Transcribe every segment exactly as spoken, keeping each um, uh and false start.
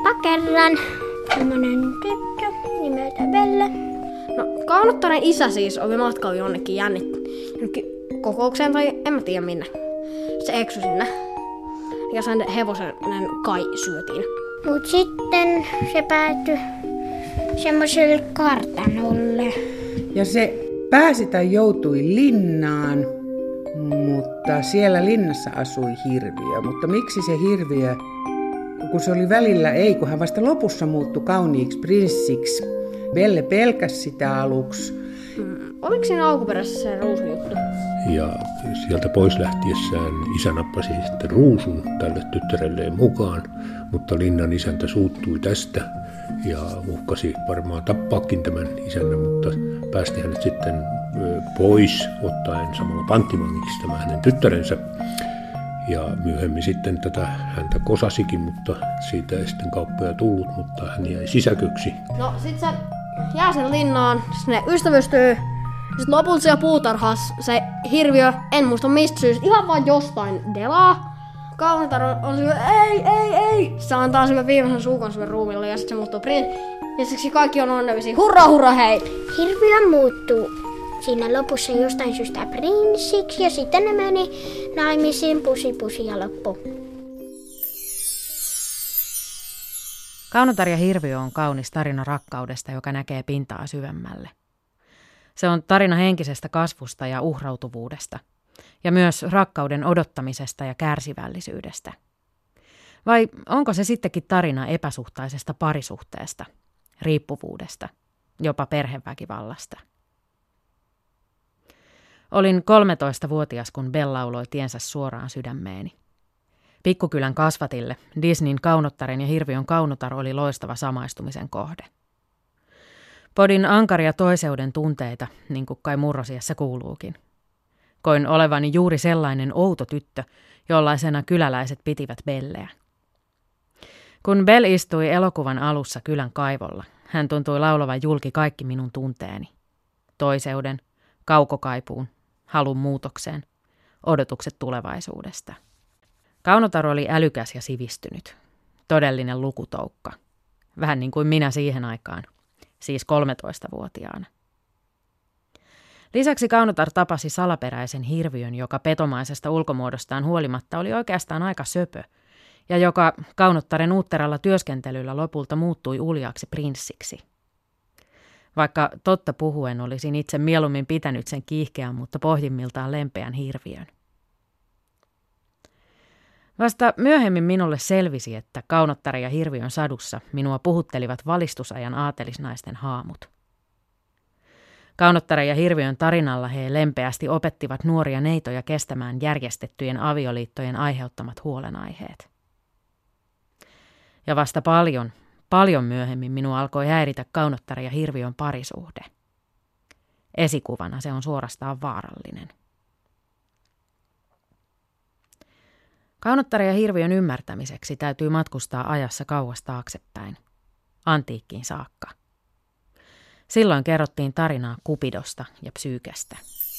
olipa kerran semmonen tyttö nimeltä Belle. No, Kaunottaren isä siis oli matkalla jonnekin jännit, jonnekin kokoukseen tai en mä tiedä minne. Se eksy sinne. Ja sen hevosen kai syötiin. Mut sitten se päätyi semmoiselle kartanolle. Ja se pääsi tai joutui linnaan, mutta siellä linnassa asui hirviö. Mutta miksi se hirviö, kun se oli välillä ei, kun hän vasta lopussa muuttui kauniiksi prinssiksi. Belle pelkäsi sitä aluksi. Hmm. Oliko siinä alkuperäisessä se ruusujuttu? Ja sieltä pois lähtiessään isä nappasi sitten ruusun tälle tyttärelleen mukaan, mutta linnan isäntä suuttui tästä ja uhkasi varmaan tappaakin tämän isännän, mutta päästi hänet sitten pois ottaen samalla panttivangiksi tämä hänen tyttärensä. Ja myöhemmin sitten tätä häntä kosasikin, mutta siitä ei sitten kauppoja tullut, mutta hän jäi sisäköksi. No sit se jää sen linnaan, sinne ystävystyy. Sitten lopulta siellä puutarhassa se hirviö, en muista mistä syystä, ihan vaan jostain delaa. Kaunotar on, on syvä, ei, ei, ei. Se antaa syvä viimeisen suukon syvä ruumille ja sitten se muuttuu prin. Ja siksi kaikki on onnellisia. Hurra, hurra, hei! Hirviö muuttuu siinä lopussa jostain syystä prinssiksi ja sitten ne meni naimisiin, pusi pusi ja loppu. Kaunotar ja hirviö on kaunis tarina rakkaudesta, joka näkee pintaa syvemmälle. Se on tarina henkisestä kasvusta ja uhrautuvuudesta, ja myös rakkauden odottamisesta ja kärsivällisyydestä. Vai onko se sittenkin tarina epäsuhtaisesta parisuhteesta, riippuvuudesta, jopa perheväkivallasta? Olin kolmetoistavuotias, kun Belle lauloi tiensä suoraan sydämeeni. Pikkukylän kasvatille Disneyn Kaunottaren ja hirviön Kaunotar oli loistava samaistumisen kohde. Podin ankaria toiseuden tunteita, niin kuin kai murrosiässä kuuluukin. Koin olevani juuri sellainen outo tyttö, jollaisena kyläläiset pitivät Belleä. Kun Belle istui elokuvan alussa kylän kaivolla, hän tuntui laulavan julki kaikki minun tunteeni. Toiseuden, kaukokaipuun, halun muutokseen, odotukset tulevaisuudesta. Kaunotar oli älykäs ja sivistynyt. Todellinen lukutoukka. Vähän niin kuin minä siihen aikaan. Siis kolmetoistavuotiaana. Lisäksi Kaunotar tapasi salaperäisen hirviön, joka petomaisesta ulkomuodostaan huolimatta oli oikeastaan aika söpö, ja joka Kaunottaren uutteralla työskentelyllä lopulta muuttui uljaksi prinssiksi. Vaikka totta puhuen olisin itse mieluummin pitänyt sen kiihkeän, mutta pohjimmiltaan lempeän hirviön. Vasta myöhemmin minulle selvisi, että Kaunottaren ja hirviön sadussa minua puhuttelivat valistusajan aatelisnaisten haamut. Kaunottaren ja hirviön tarinalla he lempeästi opettivat nuoria neitoja kestämään järjestettyjen avioliittojen aiheuttamat huolenaiheet. Ja vasta paljon, paljon myöhemmin minua alkoi häiritä Kaunottaren ja hirviön parisuhde. Esikuvana se on suorastaan vaarallinen. Kaunottaren ja hirviön ymmärtämiseksi täytyy matkustaa ajassa kauas taaksepäin, antiikkiin saakka. Silloin kerrottiin tarinaa Kupidosta ja Psyykestä.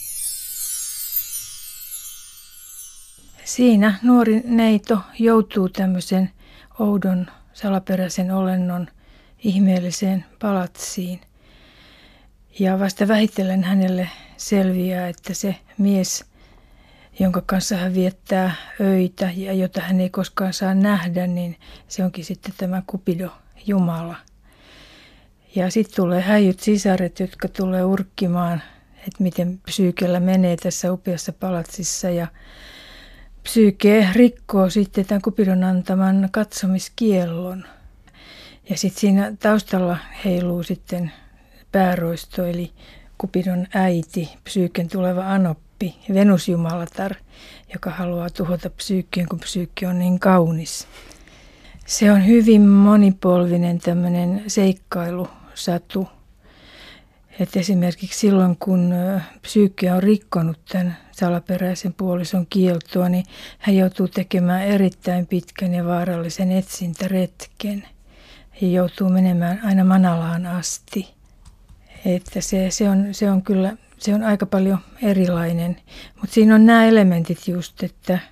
Siinä nuori neito joutuu tämmöisen oudon salaperäisen olennon ihmeelliseen palatsiin. Ja vasta vähitellen hänelle selviää, että se mies, jonka kanssa hän viettää öitä ja jota hän ei koskaan saa nähdä, niin se onkin sitten tämä Kupido, Jumala. Ja sitten tulee häijyt sisaret, jotka tulee urkkimaan, että miten Psyykellä menee tässä upeassa palatsissa. Ja Psyyke rikkoo sitten tämän Kupidon antaman katsomiskiellon. Ja sitten siinä taustalla heiluu sitten pääroisto, eli Kupidon äiti, Psyyken tuleva anoppi, Venusjumalatar, joka haluaa tuhota Psyykkeen, kun Psyykke on niin kaunis. Se on hyvin monipolvinen tämmöinen seikkailusatu. Et esimerkiksi silloin, kun Psyykke on rikkonut tämän salaperäisen puolison kieltoa, niin hän joutuu tekemään erittäin pitkän ja vaarallisen etsintäretken. Ja joutuu menemään aina Manalaan asti. Että se, se, on, se on kyllä se on aika paljon erilainen. Mutta siinä on nämä elementit just, että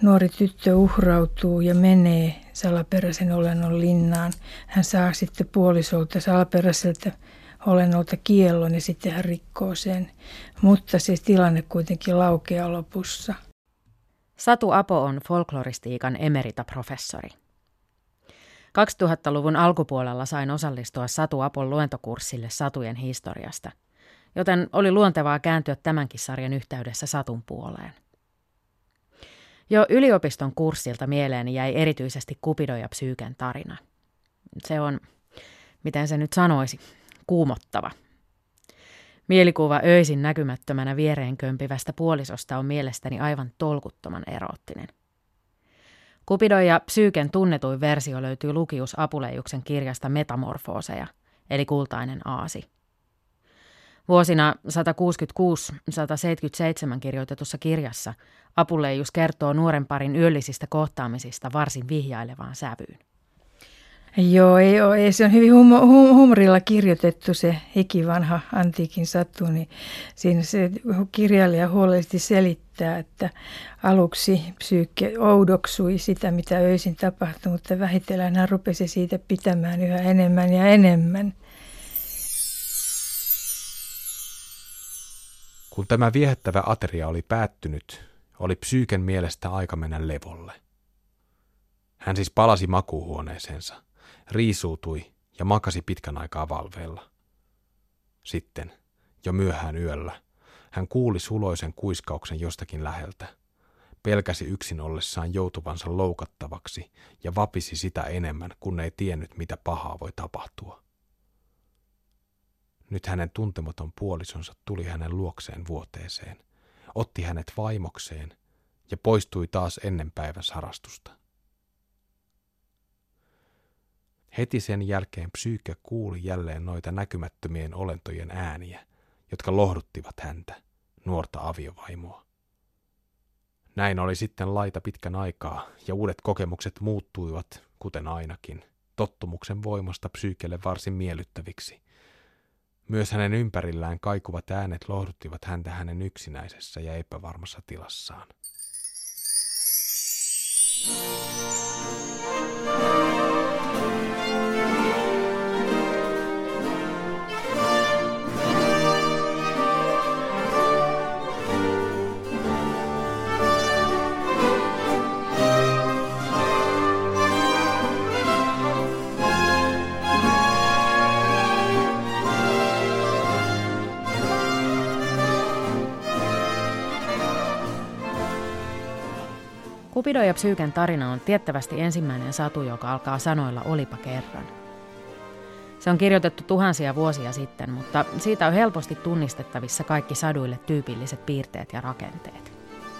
nuori tyttö uhrautuu ja menee salaperäisen olennon linnaan. Hän saa sitten puolisolta salaperäiseltä olennolta kiellon ja sitten hän rikkoo sen. Mutta se tilanne kuitenkin laukeaa lopussa. Satu Apo on folkloristiikan emeritaprofessori. kaksituhattaluvun alkupuolella sain osallistua Satu Apon luentokurssille satujen historiasta, joten oli luontevaa kääntyä tämänkin sarjan yhteydessä Satun puoleen. Jo yliopiston kurssilta mieleeni jäi erityisesti Kupidon ja Psyyken tarina. Se on, miten se nyt sanoisi, kuumottava. Mielikuva öisin näkymättömänä viereen kömpivästä puolisosta on mielestäni aivan tolkuttoman eroottinen. Kupidon ja Psyyken tunnetuin versio löytyy Lukius Apuleiuksen kirjasta Metamorfooseja, eli Kultainen aasi. Vuosina sata kuusikymmentäkuusi sata seitsemänkymmentäseitsemän kirjoitetussa kirjassa Apuleius kertoo nuoren parin yöllisistä kohtaamisista varsin vihjailevaan sävyyn. Joo, ei ole, ei, se on hyvin hum, hum, humorilla kirjoitettu se ikivanha antiikin satu, niin siinä se kirjailija huolellisesti selittää, että aluksi Psyykke oudoksui sitä, mitä öisin tapahtui, mutta vähitellen hän rupesi siitä pitämään yhä enemmän ja enemmän. Kun tämä viehättävä ateria oli päättynyt, oli Psyyken mielestä aika mennä levolle. Hän siis palasi makuuhuoneeseensa, riisuutui ja makasi pitkän aikaa valveilla. Sitten, jo myöhään yöllä, hän kuuli suloisen kuiskauksen jostakin läheltä, pelkäsi yksin ollessaan joutuvansa loukattavaksi ja vapisi sitä enemmän, kun ei tiennyt, mitä pahaa voi tapahtua. Nyt hänen tuntematon puolisonsa tuli hänen luokseen vuoteeseen, otti hänet vaimokseen ja poistui taas ennen päivän harastusta. Heti sen jälkeen Psyyke kuuli jälleen noita näkymättömien olentojen ääniä, jotka lohduttivat häntä, nuorta aviovaimoa. Näin oli sitten laita pitkän aikaa, ja uudet kokemukset muuttuivat, kuten ainakin, tottumuksen voimasta Psyykelle varsin miellyttäviksi. Myös hänen ympärillään kaikuvat äänet lohduttivat häntä hänen yksinäisessä ja epävarmassa tilassaan. Kupidon ja Psyyken tarina on tiettävästi ensimmäinen satu, joka alkaa sanoilla olipa kerran. Se on kirjoitettu tuhansia vuosia sitten, mutta siitä on helposti tunnistettavissa kaikki saduille tyypilliset piirteet ja rakenteet.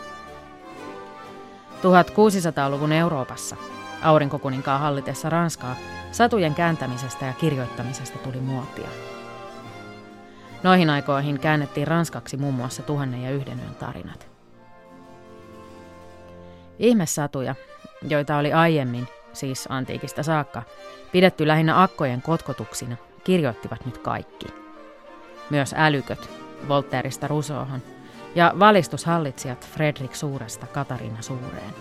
tuhatkuusisataaluvun Euroopassa, aurinkokuninkaan hallitessa Ranskaa, satujen kääntämisestä ja kirjoittamisesta tuli muotia. Noihin aikoihin käännettiin ranskaksi muun muassa Tuhannen ja yhden yön tarinat. Ihmessatuja, joita oli aiemmin, siis antiikista saakka, pidetty lähinnä akkojen kotkotuksina, kirjoittivat nyt kaikki. Myös älyköt, Voltairesta Rousseauhun, ja valistushallitsijat Fredrik Suuresta Katariina Suureen.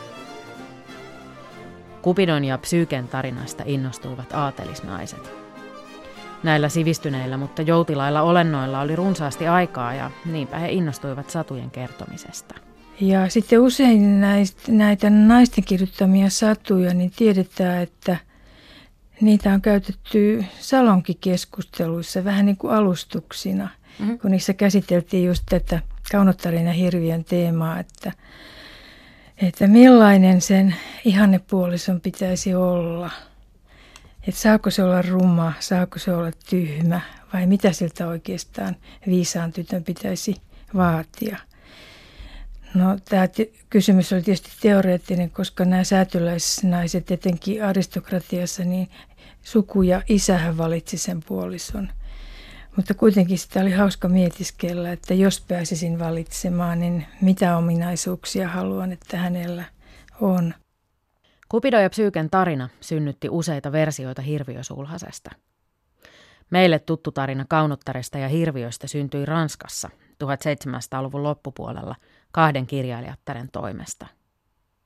Kupidon ja Psyyken tarinasta innostuivat aatelisnaiset. Näillä sivistyneillä, mutta joutilailla olennoilla oli runsaasti aikaa ja niinpä he innostuivat satujen kertomisesta. Ja sitten usein näistä, näitä naisten kirjoittamia satuja, niin tiedetään, että niitä on käytetty salonkikeskusteluissa vähän niin kuin alustuksina, mm-hmm. kun niissä käsiteltiin just tätä Kaunottarin ja hirviön teemaa, että, että millainen sen ihannepuolison pitäisi olla. Että saako se olla ruma, saako se olla tyhmä vai mitä siltä oikeastaan viisaan tytön pitäisi vaatia. No, tämä kysymys oli tietysti teoreettinen, koska nämä säätyläisnaiset, etenkin aristokratiassa, niin suku ja isähän valitsi sen puolison. Mutta kuitenkin sitä oli hauska mietiskellä, että jos pääsisin valitsemaan, niin mitä ominaisuuksia haluan, että hänellä on. Kupidon ja Psyyken tarina synnytti useita versioita hirviösulhasesta. Meille tuttu tarina Kaunottaresta ja hirviöstä syntyi Ranskassa tuhatseitsemänsataaluvun loppupuolella kahden kirjailijattaren toimesta.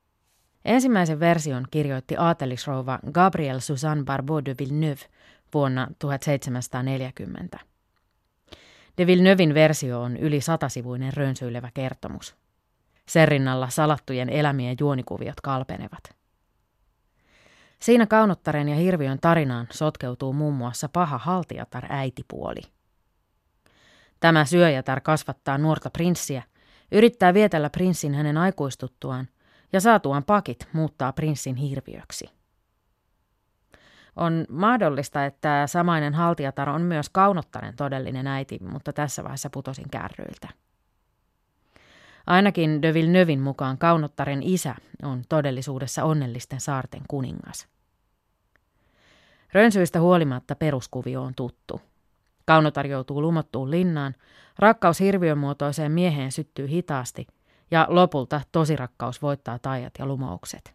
Ensimmäisen version kirjoitti aatelisrouva Gabrielle Suzanne Barbeau de Villeneuve vuonna tuhatseitsemänsataaneljäkymmentä. De Villeneuven versio on yli satasivuinen rönsyilevä kertomus. Sen rinnalla salattujen elämien juonikuviot kalpenevat. Siinä Kaunottaren ja Hirviön tarinaan sotkeutuu muun muassa paha haltijatar äitipuoli. Tämä syöjätär kasvattaa nuorta prinssiä, yrittää vietellä prinssin hänen aikuistuttuaan ja saatuaan pakit muuttaa prinssin hirviöksi. On mahdollista, että samainen haltijatar on myös Kaunottaren todellinen äiti, mutta tässä vaiheessa putosin kärryiltä. Ainakin de Villeneuven mukaan Kaunottaren isä on todellisuudessa onnellisten saarten kuningas. Rönsyistä huolimatta peruskuvio on tuttu. Kaunotar joutuu lumottuun linnaan, rakkaus hirviön muotoiseen mieheen syttyy hitaasti ja lopulta tosirakkaus voittaa taijat ja lumoukset.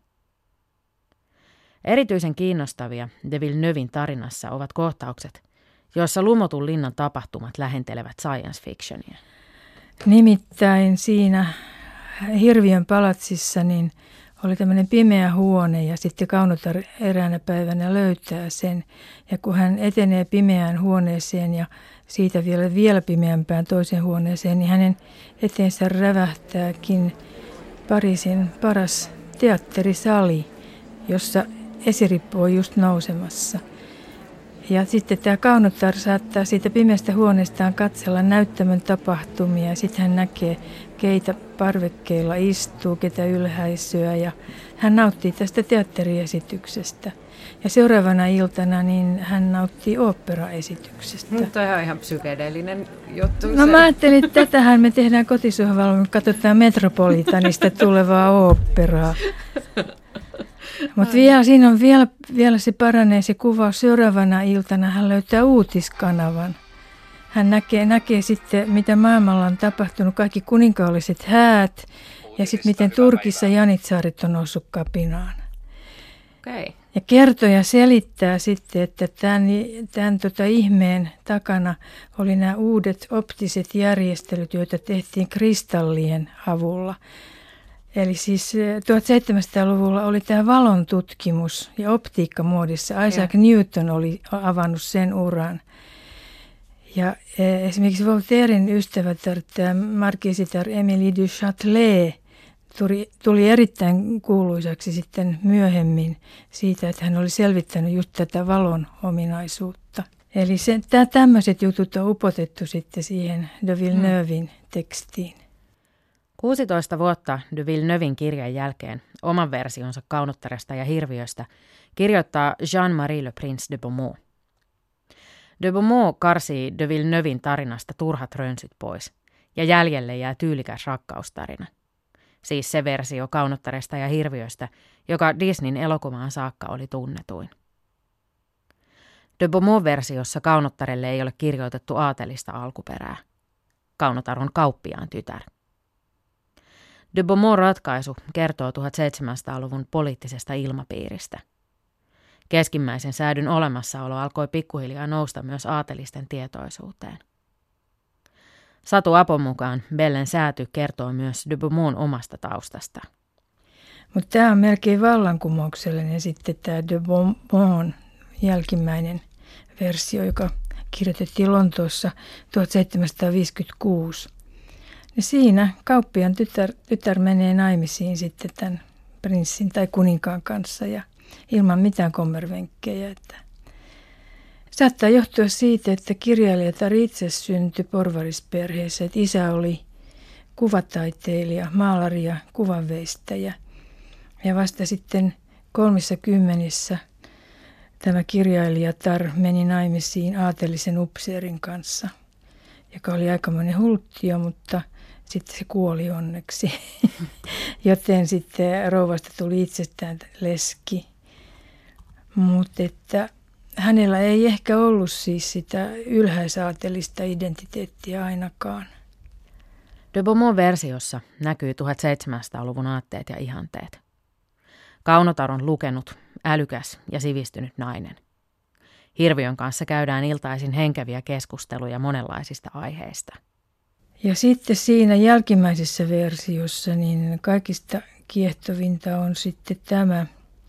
Erityisen kiinnostavia de Villeneuven tarinassa ovat kohtaukset, joissa lumotun linnan tapahtumat lähentelevät science fictionia. Nimittäin siinä Hirviön palatsissa niin oli tämmöinen pimeä huone ja sitten Kaunotar eräänä päivänä löytää sen. Ja kun hän etenee pimeään huoneeseen ja siitä vielä vielä pimeämpään toiseen huoneeseen, niin hänen eteensä rävähtääkin Pariisin paras teatterisali, jossa esirippu on just nousemassa. Ja sitten tämä Kaunotar saattaa siitä pimeästä huoneestaan katsella näyttämön tapahtumia ja sitten hän näkee, keitä parvekkeilla istuu, ketä ylhäisöä ja hän nauttii tästä teatteriesityksestä. Ja seuraavana iltana niin hän nauttii oopperaesityksestä. Mutta on ihan psykedeellinen juttu. No mä ajattelin, että tätähän me tehdään kotisohvalla, me katsotaan Metropolitanista tulevaa oopperaa. Mutta vielä, siinä on vielä, vielä se paranee se kuvaus. Seuraavana iltana hän löytää uutiskanavan. Hän näkee, näkee sitten, mitä maailmalla on tapahtunut, kaikki kuninkaalliset häät ja sitten miten Turkissa janitsaarit on noussut kapinaan. Okay. Ja kertoja selittää sitten, että tämän, tämän tota ihmeen takana oli nämä uudet optiset järjestelyt, joita tehtiin kristallien avulla. Eli siis tuhatseitsemänsataaluvulla oli tämä valon tutkimus ja optiikkamuodissa. Isaac ja. Newton oli avannut sen uran. Ja esimerkiksi Voltairen ystävätär, tämä markiisitar Émilie du Châtelet, tuli, tuli erittäin kuuluisaksi sitten myöhemmin siitä, että hän oli selvittänyt just tätä valon ominaisuutta. Eli se, tämä, tämmöiset jutut on upotettu sitten siihen de Villeneuven tekstiin. kuusitoista vuotta de Villeneuven kirjan jälkeen oman versionsa Kaunottaresta ja Hirviöstä kirjoittaa Jean-Marie Le Prince de Beaumont. De Beaumont karsii de Villeneuven tarinasta turhat rönsyt pois, ja jäljelle jää tyylikäs rakkaustarina. Siis se versio Kaunottaresta ja Hirviöstä, joka Disneyn elokuvaan saakka oli tunnetuin. De Beaumont-versiossa Kaunottarelle ei ole kirjoitettu aatelista alkuperää. Kaunotar on kauppiaan tytär. De Beaumontin ratkaisu kertoo tuhatseitsemänsataaluvun poliittisesta ilmapiiristä. Keskimmäisen säädyn olemassaolo alkoi pikkuhiljaa nousta myös aatelisten tietoisuuteen. Satu Apon mukaan Bellen sääty kertoo myös de Beaumontin omasta taustasta. Mutta tämä on melkein vallankumouksellinen sitten tämä de Beaumontin jälkimmäinen versio, joka kirjoitettiin Lontoossa tuhatseitsemänsataaviisikymmentäkuusi. Ja siinä kauppiaan tytär, tytär menee naimisiin sitten tämän prinssin tai kuninkaan kanssa ja ilman mitään kommervenkkejä. Että saattaa johtua siitä, että kirjailijatar itse syntyi porvarisperheessä, että isä oli kuvataiteilija, maalari ja kuvanveistäjä. Ja vasta sitten kolmissa kymmenissä tämä kirjailijatar meni naimisiin aatelisen upseerin kanssa, joka oli aikamoinen hulttio, mutta sitten se kuoli onneksi, joten sitten rouvasta tuli itsestään leski. Mutta että hänellä ei ehkä ollut siis sitä ylhäisaatelista identiteettiä ainakaan. De Beaumontin versiossa näkyy tuhatseitsemänsataaluvun aatteet ja ihanteet. Kaunotar on lukenut, älykäs ja sivistynyt nainen. Hirviön kanssa käydään iltaisin henkeviä keskusteluja monenlaisista aiheista. Ja sitten siinä jälkimmäisessä versiossa niin kaikista kiehtovinta on sitten tämä,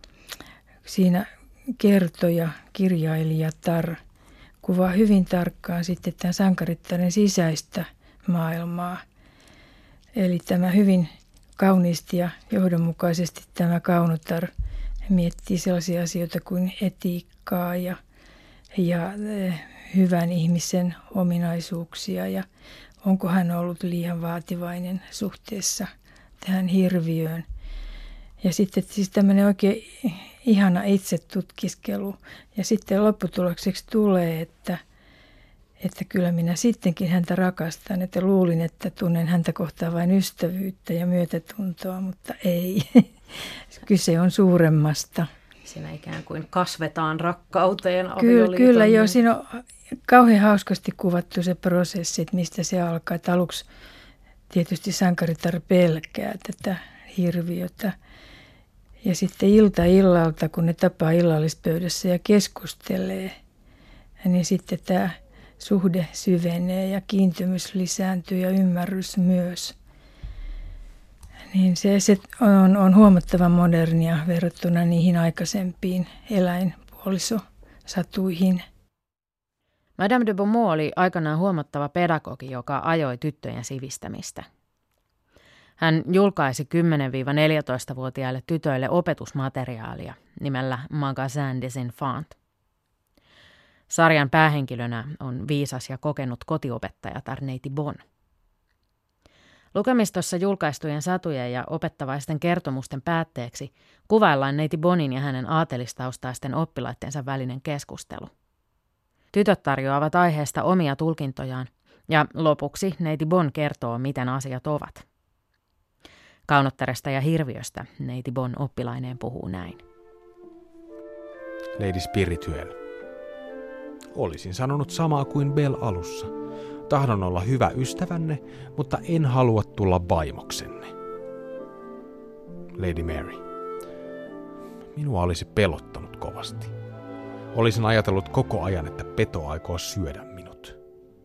siinä kertoja, kirjailijatar kuvaa hyvin tarkkaan sitten tämän sankarittaren sisäistä maailmaa. Eli tämä hyvin kauniisti ja johdonmukaisesti tämä Kaunotar miettii sellaisia asioita kuin etiikkaa ja, ja hyvän ihmisen ominaisuuksia ja onko hän ollut liian vaativainen suhteessa tähän hirviöön. Ja sitten siis tämmöinen oikein ihana itsetutkiskelu. Ja sitten lopputulokseksi tulee, että, että kyllä minä sittenkin häntä rakastan. Että luulin, että tunnen häntä kohtaan vain ystävyyttä ja myötätuntoa, mutta ei. Kyse on suuremmasta. Siinä ikään kuin kasvetaan rakkauteen Kyllä, kyllä joo. Siinä on kauhean hauskasti kuvattu se prosessi, että mistä se alkaa. Että aluksi tietysti sankaritar pelkää tätä hirviötä. Ja sitten ilta illalta, kun ne tapaa illallispöydässä ja keskustelee, niin sitten tämä suhde syvenee ja kiintymys lisääntyy ja ymmärrys myös. Niin se, se on, on huomattavan modernia verrattuna niihin aikaisempiin eläinpuolisosatuihin. Madame de Beaumont oli aikanaan huomattava pedagogi, joka ajoi tyttöjen sivistämistä. Hän julkaisi kymmenen-neljätoistavuotiaille tytöille opetusmateriaalia nimellä Magasin des Enfants. Sarjan päähenkilönä on viisas ja kokenut kotiopettajatar neiti Bon. Lukemistossa julkaistujen satujen ja opettavaisten kertomusten päätteeksi kuvaillaan neiti Bonin ja hänen aatelistaustaisten oppilaittensa välinen keskustelu. Tytöt tarjoavat aiheesta omia tulkintojaan ja lopuksi neiti Bon kertoo, miten asiat ovat. Kaunottaresta ja hirviöstä neiti Bon oppilaineen puhuu näin. Lady Spirituel. Olisin sanonut samaa kuin Bell alussa. Tahdon olla hyvä ystävänne, mutta en halua tulla vaimoksenne. Lady Mary. Minua olisi pelottanut kovasti. Olisin ajatellut koko ajan, että peto aikoo syödä minut.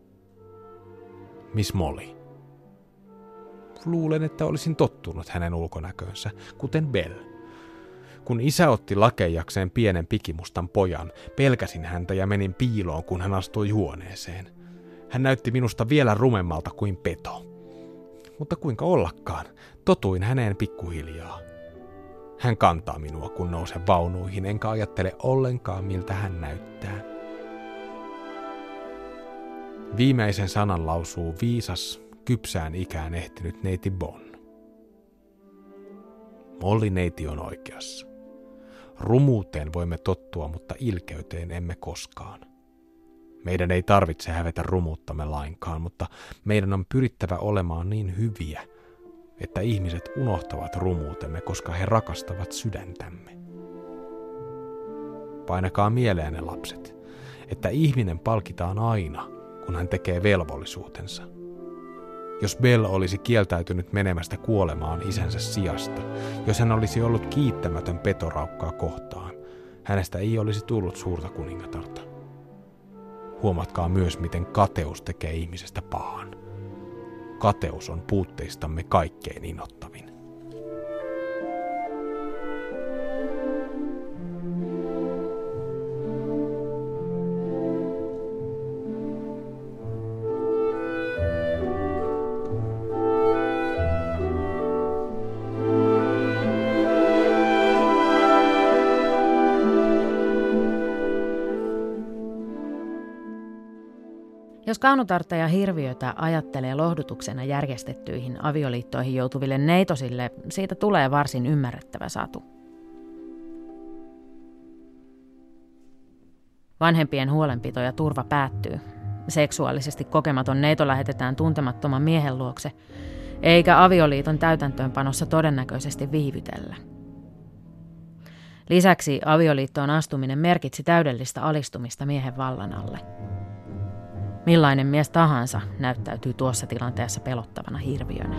Miss Molly. Luulen, että olisin tottunut hänen ulkonäköönsä, kuten Bell. Kun isä otti lakeijakseen pienen pikimustan pojan, pelkäsin häntä ja menin piiloon, kun hän astui huoneeseen. Hän näytti minusta vielä rumemmalta kuin peto. Mutta kuinka ollakaan, totuin häneen pikkuhiljaa. Hän kantaa minua, kun nousen vaunuihin, enkä ajattele ollenkaan, miltä hän näyttää. Viimeisen sanan lausuu viisas, kypsään ikään ehtinyt neiti Bon. Molly neiti on oikeassa. Rumuuteen voimme tottua, mutta ilkeyteen emme koskaan. Meidän ei tarvitse hävetä rumuuttamme lainkaan, mutta meidän on pyrittävä olemaan niin hyviä, että ihmiset unohtavat rumuutemme, koska he rakastavat sydäntämme. Painakaa mieleenne, lapset, että ihminen palkitaan aina, kun hän tekee velvollisuutensa. Jos Bell olisi kieltäytynyt menemästä kuolemaan isänsä sijasta, jos hän olisi ollut kiittämätön petoraukkaa kohtaan, hänestä ei olisi tullut suurta kuningatarta. Huomatkaa myös, miten kateus tekee ihmisestä pahan. Kateus on puutteistamme kaikkein innoittavin. Jos kaunotarta ja hirviötä ajattelee lohdutuksena järjestettyihin avioliittoihin joutuville neitosille, siitä tulee varsin ymmärrettävä satu. Vanhempien huolenpito ja turva päättyy. Seksuaalisesti kokematon neito lähetetään tuntemattoman miehen luokse, eikä avioliiton täytäntöönpanossa todennäköisesti viivytellä. Lisäksi avioliittoon astuminen merkitsi täydellistä alistumista miehen vallan alle. Millainen mies tahansa näyttäytyy tuossa tilanteessa pelottavana hirviönä.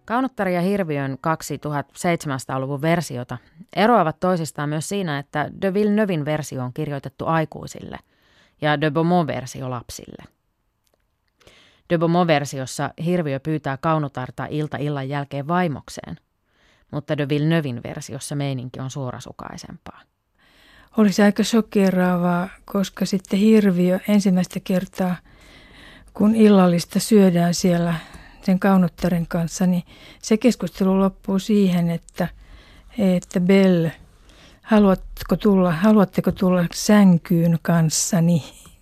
Kaunottari ja Hirviön kaksi tuhatseitsemänsataaluvun versiota eroavat toisistaan myös siinä, että de Villeneuven versio on kirjoitettu aikuisille ja de Beaumont-versio lapsille. De Beaumont-versiossa Hirviö pyytää Kaunotarta ilta illan jälkeen vaimokseen, mutta de Villeneuven versiossa meininki on suorasukaisempaa. Olisi aika shokeraavaa, koska sitten Hirviö ensimmäistä kertaa, kun illallista syödään siellä sen Kaunottaren kanssa, niin se keskustelu loppuu siihen, että, että Belle, haluatko tulla, haluatteko tulla sänkyyn kanssani?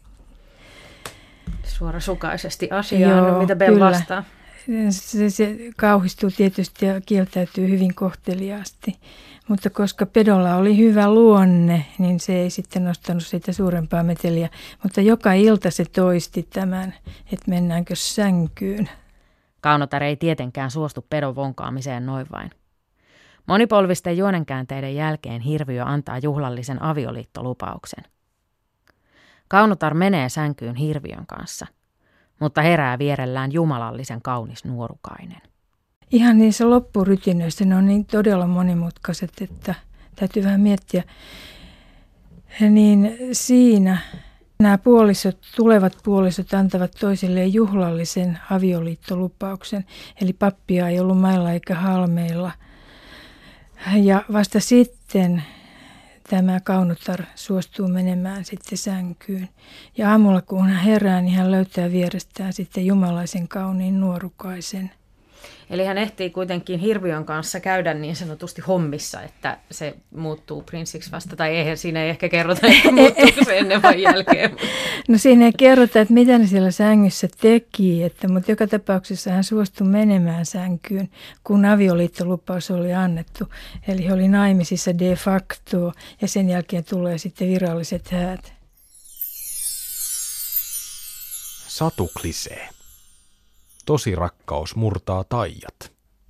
Suorasukaisesti asiaan, Joo, no, mitä Belle kyllä. vastaa. Se, se kauhistuu tietysti ja kieltäytyy hyvin kohteliaasti, mutta koska pedolla oli hyvä luonne, niin se ei sitten nostanut siitä suurempaa meteliä. Mutta joka ilta se toisti tämän, että mennäänkö sänkyyn. Kaunotar ei tietenkään suostu pedon vonkaamiseen noin vain. Monipolvisten juonenkäänteiden jälkeen Hirviö antaa juhlallisen avioliittolupauksen. Kaunotar menee sänkyyn Hirviön kanssa, mutta herää vierellään jumalallisen kaunis nuorukainen. Ihan niissä loppurytinöissä ne on niin todella monimutkaiset, että täytyy vähän miettiä. Niin siinä nämä puolisot, tulevat puolisot antavat toisilleen juhlallisen avioliittolupauksen. Eli pappia ei ollut mailla eikä halmeilla. Ja vasta sitten tämä Kaunotar suostuu menemään sitten sänkyyn. Ja aamulla kun hän herää, niin hän löytää vierestään sitten jumalaisen kauniin nuorukaisen. Eli hän ehtii kuitenkin Hirviön kanssa käydä niin sanotusti hommissa, että se muuttuu prinssiksi vasta. Tai eihän siinä ei ehkä kerrota, että muuttuuko se ennen vai jälkeen. No siinä ei kerrota, että mitä ne siellä sängyssä teki, että, mutta joka tapauksessa hän suostui menemään sänkyyn, kun avioliittolupaus oli annettu. Eli he oli naimisissa de facto ja sen jälkeen tulee sitten viralliset häät. Satuklisee. Tosi rakkaus murtaa taijat.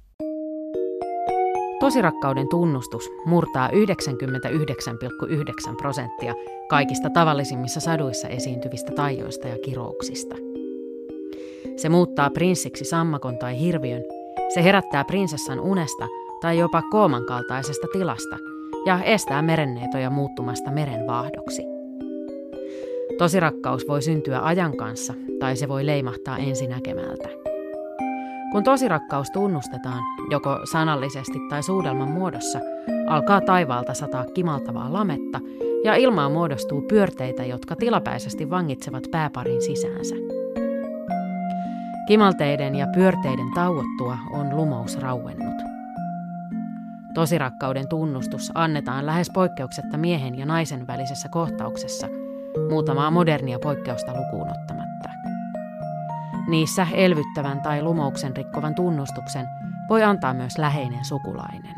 Tosirakkauden tunnustus murtaa yhdeksänkymmentäyhdeksän pilkku yhdeksän prosenttia kaikista tavallisimmissa saduissa esiintyvistä taijoista ja kirouksista. Se muuttaa prinssiksi sammakon tai hirviön, se herättää prinsessan unesta tai jopa kooman kaltaisesta tilasta ja estää merenneitoja muuttumasta merenvaahdoksi. Tosirakkaus voi syntyä ajan kanssa tai se voi leimahtaa ensinäkemältä. Kun tosirakkaus tunnustetaan, joko sanallisesti tai suudelman muodossa, alkaa taivaalta sataa kimaltavaa lametta ja ilmaan muodostuu pyörteitä, jotka tilapäisesti vangitsevat pääparin sisäänsä. Kimalteiden ja pyörteiden tauottua on lumous rauennut. Tosirakkauden tunnustus annetaan lähes poikkeuksetta miehen ja naisen välisessä kohtauksessa, muutamaa modernia poikkeusta lukuun ottamatta. Niissä elvyttävän tai lumouksen rikkovan tunnustuksen voi antaa myös läheinen sukulainen.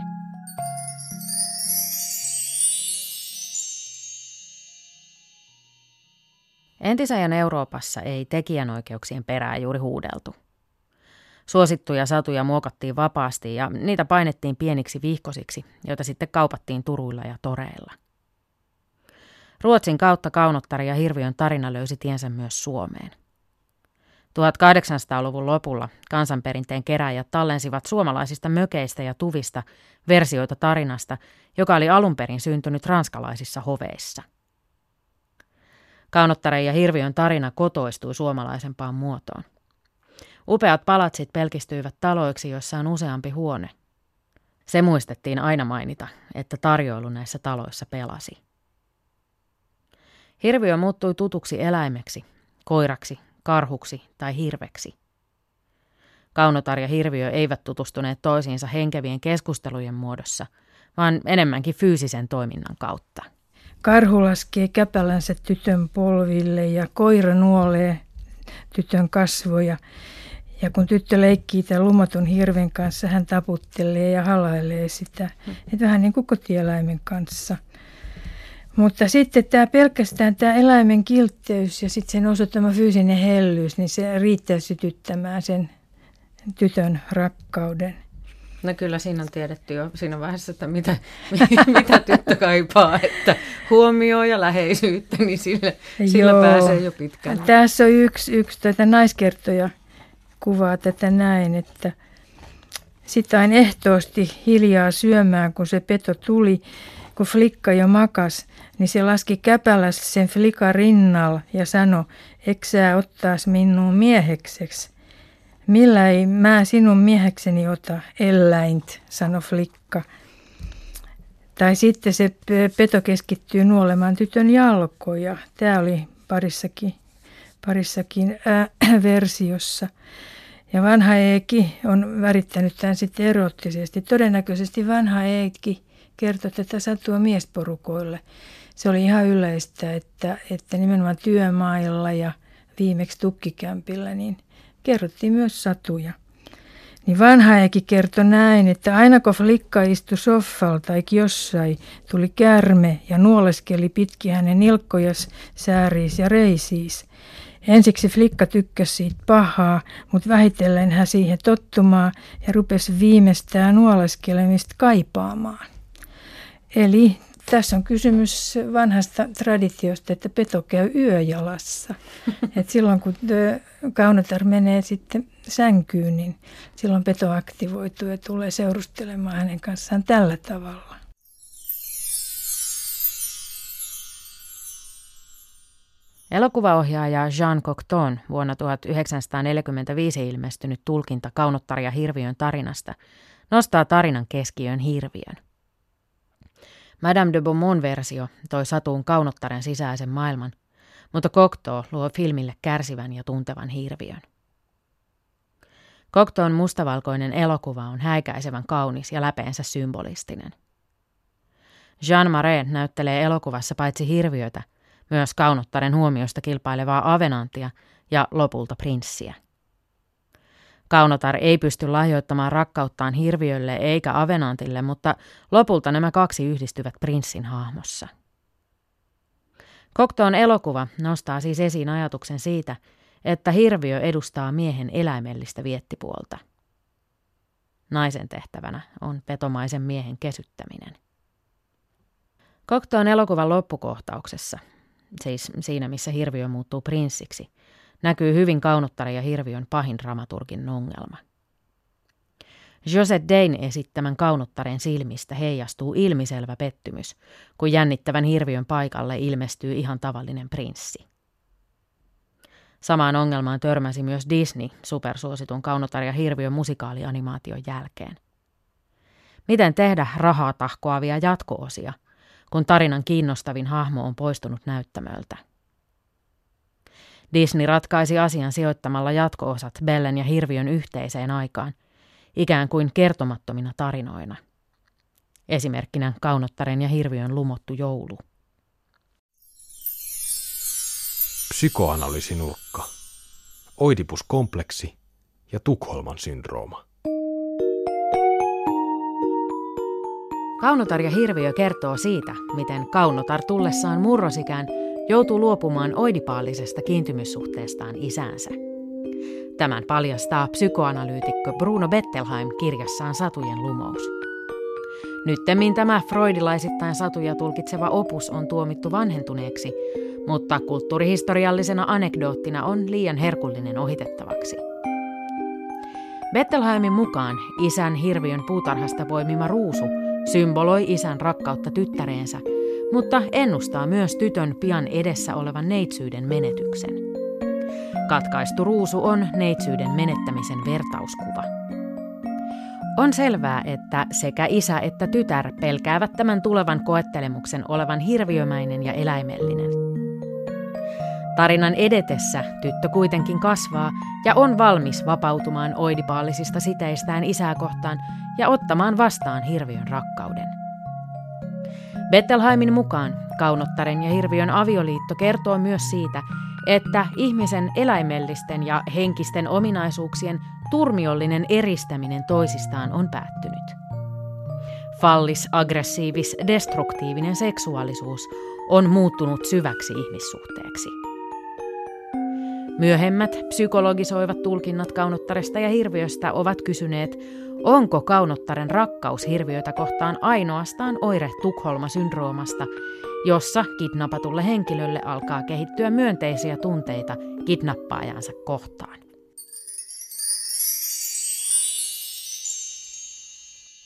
Entisajan Euroopassa ei tekijänoikeuksien perää juuri huudeltu. Suosittuja satuja muokattiin vapaasti ja niitä painettiin pieniksi vihkosiksi, joita sitten kaupattiin turuilla ja toreilla. Ruotsin kautta Kaunottari ja Hirviön tarina löysi tiensä myös Suomeen. tuhatkahdeksansataaluvun lopulla kansanperinteen kerääjät tallensivat suomalaisista mökeistä ja tuvista versioita tarinasta, joka oli alun perin syntynyt ranskalaisissa hoveissa. Kaunottaren ja Hirviön tarina kotoistui suomalaisempaan muotoon. Upeat palatsit pelkistyivät taloiksi, joissa on useampi huone. Se muistettiin aina mainita, että tarjoilu näissä taloissa pelasi. Hirviö muuttui tutuksi eläimeksi, koiraksi, karhuksi tai hirveksi. Kaunotar ja Hirviö eivät tutustuneet toisiinsa henkevien keskustelujen muodossa, vaan enemmänkin fyysisen toiminnan kautta. Karhu laskee käpälänsä tytön polville ja koira nuolee tytön kasvoja. Ja kun tyttö leikkii tämän lumatun hirven kanssa, hän taputtelee ja halailee sitä. Että vähän niin kuin kotieläimen kanssa. Mutta sitten tämä pelkästään tämä eläimen kiltteys ja sitten sen osoittama fyysinen hellyys, niin se riittää sytyttämään sen tytön rakkauden. No kyllä siinä on tiedetty jo siinä vaiheessa, että mitä, mitä tyttö kaipaa, että huomioon ja läheisyyttä, niin sillä, sillä pääsee jo pitkälle. Tässä on yksi, yksi tuota naiskertoja kuvaa tätä näin, että, Sitten aina ehtoosti hiljaa syömään, kun se peto tuli, kun flikka jo makas, niin se laski käpälässä sen flikan rinnalla ja sanoi, eikö sä ottaas minun miehekseksi? Millä ei mä sinun miehekseni ota, eläint, sanoi flikka. Tai sitten se peto keskittyy nuolemaan tytön jalkoja. Tämä oli parissakin, parissakin äh, versiossa. Ja vanha Eeki on värittänyt tämän sitten erottisesti. Todennäköisesti vanha Eeki kertoi tätä satua miesporukoille. Se oli ihan yleistä, että, että nimenomaan työmailla ja viimeksi tukkikämpillä niin kerrottiin myös satuja. Niin vanha Eeki kertoi näin, että aina kun flikka istui soffalla tai jossain, tuli kärme ja nuoleskeli pitkin hänen nilkkojas, sääriis ja reisiis. Ensiksi flikka tykkäsi siitä pahaa, mutta vähitellen hän siihen tottumaan ja rupesi viimeistään nuoleskelemista kaipaamaan. Eli tässä on kysymys vanhasta traditiosta, että peto käy yöjalassa. Et silloin kun kaunotar menee sitten sänkyyn, niin silloin peto aktivoituu ja tulee seurustelemaan hänen kanssaan tällä tavalla. Elokuvaohjaaja Jean Cocteaun vuonna tuhatyhdeksänsataaneljäkymmentäviisi ilmestynyt tulkinta Kaunottar ja hirviön tarinasta nostaa tarinan keskiöön hirviön. Madame de Beaumont versio toi satuun Kaunottaren sisäisen maailman, mutta Cocteau luo filmille kärsivän ja tuntevan hirviön. Cocteaun mustavalkoinen elokuva on häikäisevän kaunis ja läpeensä symbolistinen. Jean Marais näyttelee elokuvassa paitsi hirviötä, myös Kaunottaren huomiosta kilpailevaa Avenantia ja lopulta prinssiä. Kaunotar ei pysty lahjoittamaan rakkauttaan hirviölle eikä Avenantille, mutta lopulta nämä kaksi yhdistyvät prinssin hahmossa. Cocteaun elokuva nostaa siis esiin ajatuksen siitä, että hirviö edustaa miehen eläimellistä viettipuolta. Naisen tehtävänä on petomaisen miehen kesyttäminen. Cocteaun elokuvan loppukohtauksessa, siis siinä missä hirviö muuttuu prinssiksi, näkyy hyvin Kaunottaren ja hirviön pahin dramaturgin ongelma. Josette Dayn esittämän Kaunottaren silmistä heijastuu ilmiselvä pettymys, kun jännittävän hirviön paikalle ilmestyy ihan tavallinen prinssi. Samaan ongelmaan törmäsi myös Disney supersuositun Kaunotar ja hirviön musikaalianimaation jälkeen. Miten tehdä rahaa tahkoavia jatko-osia, kun tarinan kiinnostavin hahmo on poistunut näyttämöltä? Disney ratkaisi asian sijoittamalla jatko-osat Bellen ja hirviön yhteiseen aikaan, ikään kuin kertomattomina tarinoina. Esimerkkinä Kaunottaren ja hirviön lumottu joulu. Psykoanalyysinurkka, Oidipuskompleksi ja Tukholman syndrooma. Kaunotar ja hirviö kertoo siitä, miten Kaunotar tullessaan murrosikään joutuu luopumaan oidipaalisesta kiintymyssuhteestaan isäänsä. Tämän paljastaa psykoanalyytikko Bruno Bettelheim kirjassaan Satujen lumous. Nyttemmin tämä freudilaisittain satuja tulkitseva opus on tuomittu vanhentuneeksi, mutta kulttuurihistoriallisena anekdoottina on liian herkullinen ohitettavaksi. Bettelheimin mukaan isän hirviön puutarhasta poimima ruusu symboloi isän rakkautta tyttäreensä, mutta ennustaa myös tytön pian edessä olevan neitsyyden menetyksen. Katkaistu ruusu on neitsyyden menettämisen vertauskuva. On selvää, että sekä isä että tytär pelkäävät tämän tulevan koettelemuksen olevan hirviömäinen ja eläimellinen. Tarinan edetessä tyttö kuitenkin kasvaa ja on valmis vapautumaan oidipaalisista siteistään isää kohtaan ja ottamaan vastaan hirviön rakkauden. Bettelheimin mukaan Kaunottaren ja hirviön avioliitto kertoo myös siitä, että ihmisen eläimellisten ja henkisten ominaisuuksien turmiollinen eristäminen toisistaan on päättynyt. Fallis, aggressiivis, destruktiivinen seksuaalisuus on muuttunut syväksi ihmissuhteeksi. Myöhemmät psykologisoivat tulkinnat Kaunottaresta ja hirviöstä ovat kysyneet, onko Kaunottaren rakkaus hirviötä kohtaan ainoastaan oire Tukholma-syndroomasta, jossa kidnappatulle henkilölle alkaa kehittyä myönteisiä tunteita kidnappaajansa kohtaan.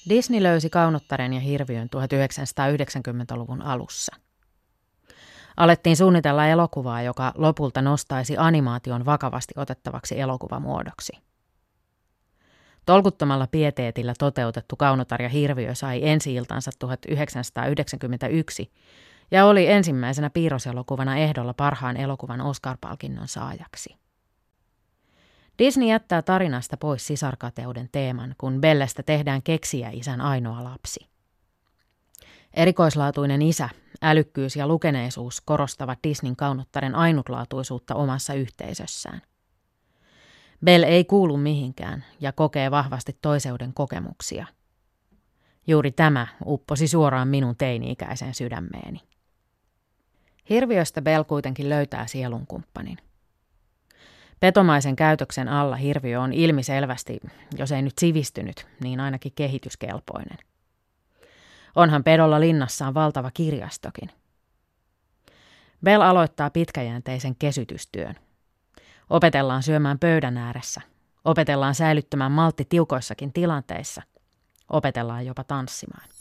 Disney löysi Kaunottaren ja hirviön tuhatyhdeksänsataayhdeksänkymmentäluvun alussa. Alettiin suunnitella elokuvaa, joka lopulta nostaisi animaation vakavasti otettavaksi elokuvamuodoksi. Tolkuttomalla pieteetillä toteutettu Kaunotar ja hirviö sai ensi-iltansa tuhatyhdeksänsataayhdeksänkymmentäyksi ja oli ensimmäisenä piirroselokuvana ehdolla parhaan elokuvan Oscar-palkinnon saajaksi. Disney jättää tarinasta pois sisarkateuden teeman, kun Bellestä tehdään keksijä-isän ainoa lapsi. Erikoislaatuinen isä, älykkyys ja lukeneisuus korostavat Disneyn Kaunottaren ainutlaatuisuutta omassa yhteisössään. Belle ei kuulu mihinkään ja kokee vahvasti toiseuden kokemuksia. Juuri tämä upposi suoraan minun teini-ikäiseen sydämeeni. Hirviöstä Belle kuitenkin löytää sielunkumppanin. Petomaisen käytöksen alla hirviö on ilmiselvästi, jos ei nyt sivistynyt, niin ainakin kehityskelpoinen. Onhan pedolla linnassaan valtava kirjastokin. Belle aloittaa pitkäjänteisen kesytystyön. Opetellaan syömään pöydän ääressä. Opetellaan säilyttämään maltti tiukoissakin tilanteissa. Opetellaan jopa tanssimaan.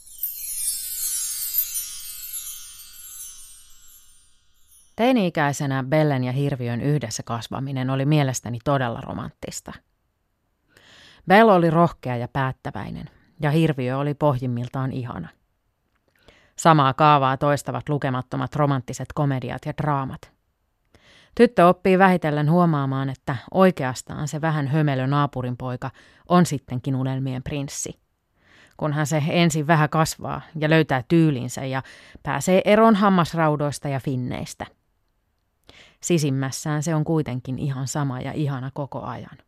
Teini-ikäisenä Bellen ja hirviön yhdessä kasvaminen oli mielestäni todella romanttista. Belle oli rohkea ja päättäväinen, ja hirviö oli pohjimmiltaan ihana. Samaa kaavaa toistavat lukemattomat romanttiset komediat ja draamat. Tyttö oppii vähitellen huomaamaan, että oikeastaan se vähän hömelö naapurinpoika on sittenkin unelmien prinssi. Kunhan se ensin vähän kasvaa ja löytää tyylinsä ja pääsee eroon hammasraudoista ja finneistä. Sisimmässään se on kuitenkin ihan sama ja ihana koko ajan.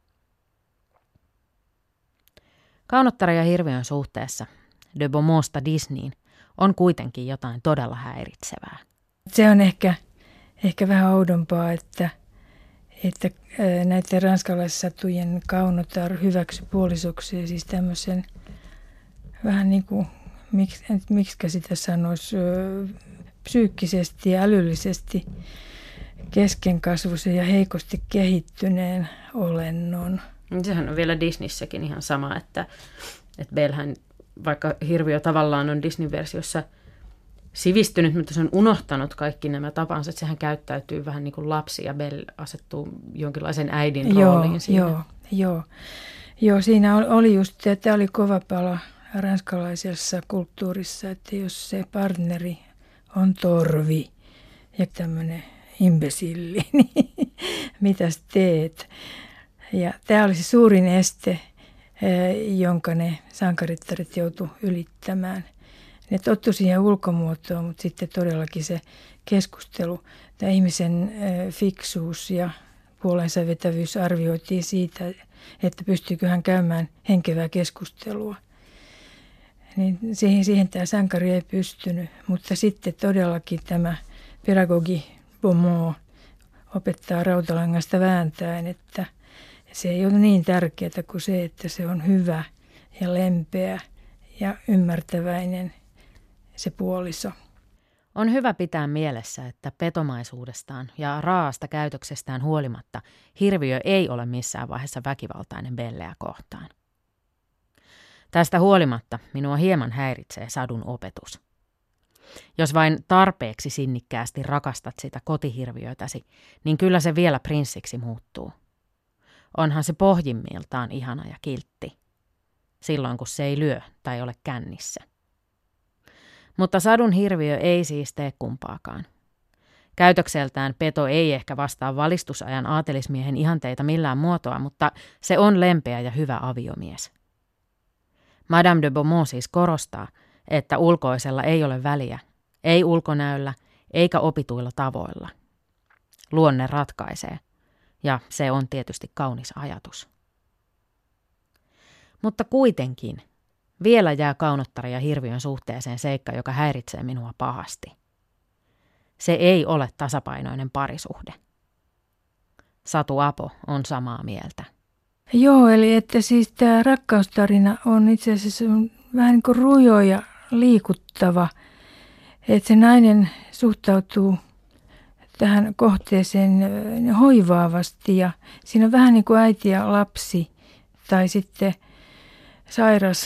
Kaunottaren ja hirviön suhteessa de Beaumontta Disneyin on kuitenkin jotain todella häiritsevää. Se on ehkä, ehkä vähän oudompaa, että, että näiden ranskalaissatujen Kaunotar hyväksyi puolisokseen siis tämmöisen vähän niin kuin, miksi, miksikä sitä sanoisi, psyykkisesti ja älyllisesti keskenkasvuisen ja heikosti kehittyneen olennon. Sehän on vielä Disneyssäkin ihan sama, että, että Bellehän, vaikka hirviö tavallaan on Disney-versiossa sivistynyt, mutta se on unohtanut kaikki nämä tapansa, että sehän käyttäytyy vähän niin kuin lapsi ja Belle asettuu jonkinlaisen äidin joo, rooliin siinä. Joo, joo. joo, siinä oli just, että oli kova pala ranskalaisessa kulttuurissa, että jos se partneri on torvi ja tämmöinen imbesilli, niin mitäs teet? Ja tämä oli se suurin este, jonka ne sankarittarit joutu ylittämään. Ne tottu siihen ulkomuotoon, mutta sitten todellakin se keskustelu, tämä ihmisen fiksuus ja puolensa vetävyys arvioitiin siitä, että pystyykö hän käymään henkevää keskustelua. Niin siihen, siihen tämä sankari ei pystynyt, mutta sitten todellakin tämä pedagogi Beaumont opettaa rautalangasta vääntäen, että se ei ole niin tärkeää kuin se, että se on hyvä ja lempeä ja ymmärtäväinen se puoliso. On hyvä pitää mielessä, että petomaisuudestaan ja raasta käytöksestään huolimatta hirviö ei ole missään vaiheessa väkivaltainen Belleä kohtaan. Tästä huolimatta minua hieman häiritsee sadun opetus. Jos vain tarpeeksi sinnikkäästi rakastat sitä kotihirviötäsi, niin kyllä se vielä prinssiksi muuttuu. Onhan se pohjimmiltaan ihana ja kiltti, silloin kun se ei lyö tai ole kännissä. Mutta sadun hirviö ei siis tee kumpaakaan. Käytökseltään peto ei ehkä vastaa valistusajan aatelismiehen ihanteita millään muotoa, mutta se on lempeä ja hyvä aviomies. Madame de Beaumont siis korostaa, että ulkoisella ei ole väliä, ei ulkonäöllä eikä opituilla tavoilla. Luonne ratkaisee, ja se on tietysti kaunis ajatus. Mutta kuitenkin vielä jää Kaunottaren ja hirviön suhteeseen seikka, joka häiritsee minua pahasti. Se ei ole tasapainoinen parisuhde. Satu Apo on samaa mieltä. Joo, eli että siis tämä rakkaustarina on itse asiassa vähän niin kuin rujo ja liikuttava. Että se nainen suhtautuu tähän kohteeseen hoivaavasti ja siinä on vähän niin kuin äiti ja lapsi tai sitten sairas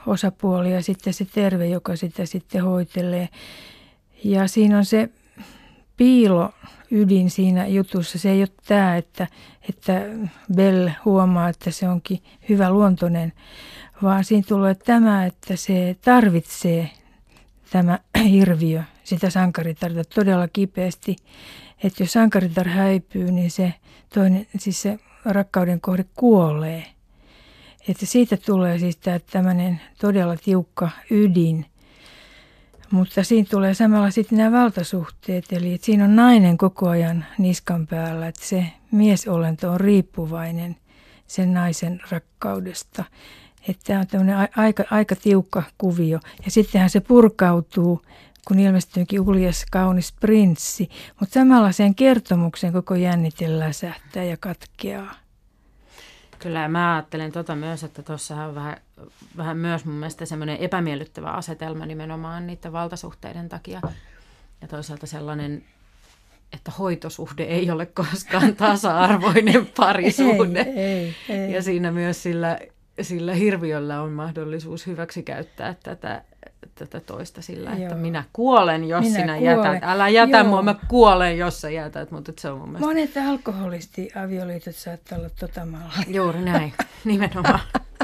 osapuoli ja sitten se terve, joka sitä sitten hoitelee. Ja siinä on se piilo ydin siinä jutussa. Se ei ole tämä, että, että Bell huomaa, että se onkin hyvä luontoinen, vaan siinä tulee tämä, että se tarvitsee tämä hirviö sitä sankaritarta todella kipeästi. Että jos sankaritar häipyy, niin se toinen, siis se rakkauden kohde kuolee. Että siitä tulee siis tämä tämmöinen todella tiukka ydin. Mutta siinä tulee samalla sitten nämä valtasuhteet, eli että siinä on nainen koko ajan niskan päällä, että se miesolento on riippuvainen sen naisen rakkaudesta. Että tämä on tämmöinen aika, aika tiukka kuvio. Ja sittenhän se purkautuu, kun ilmestyykin uljas kaunis prinssi, mutta samalla sen kertomuksen koko jännite läsähtää ja katkeaa. Kyllä, mä ajattelen tota myös, että tuossahan on vähän, vähän myös mun mielestä semmoinen epämiellyttävä asetelma nimenomaan niiden valtasuhteiden takia. Ja toisaalta sellainen, että hoitosuhde ei ole koskaan tasa-arvoinen parisuhde. Ei, ei, ei. Ja siinä myös sillä, sillä hirviöllä on mahdollisuus hyväksikäyttää tätä, tätä toista sillä, Joo. että minä kuolen, jos minä sinä kuolen. jätät. Älä jätä Joo. mua, mä kuolen, jos sä jätät. Mutta se on mun mielestä... Monet alkoholisti-avioliitot saattaa olla tota mallia. Juuri näin, nimenomaan.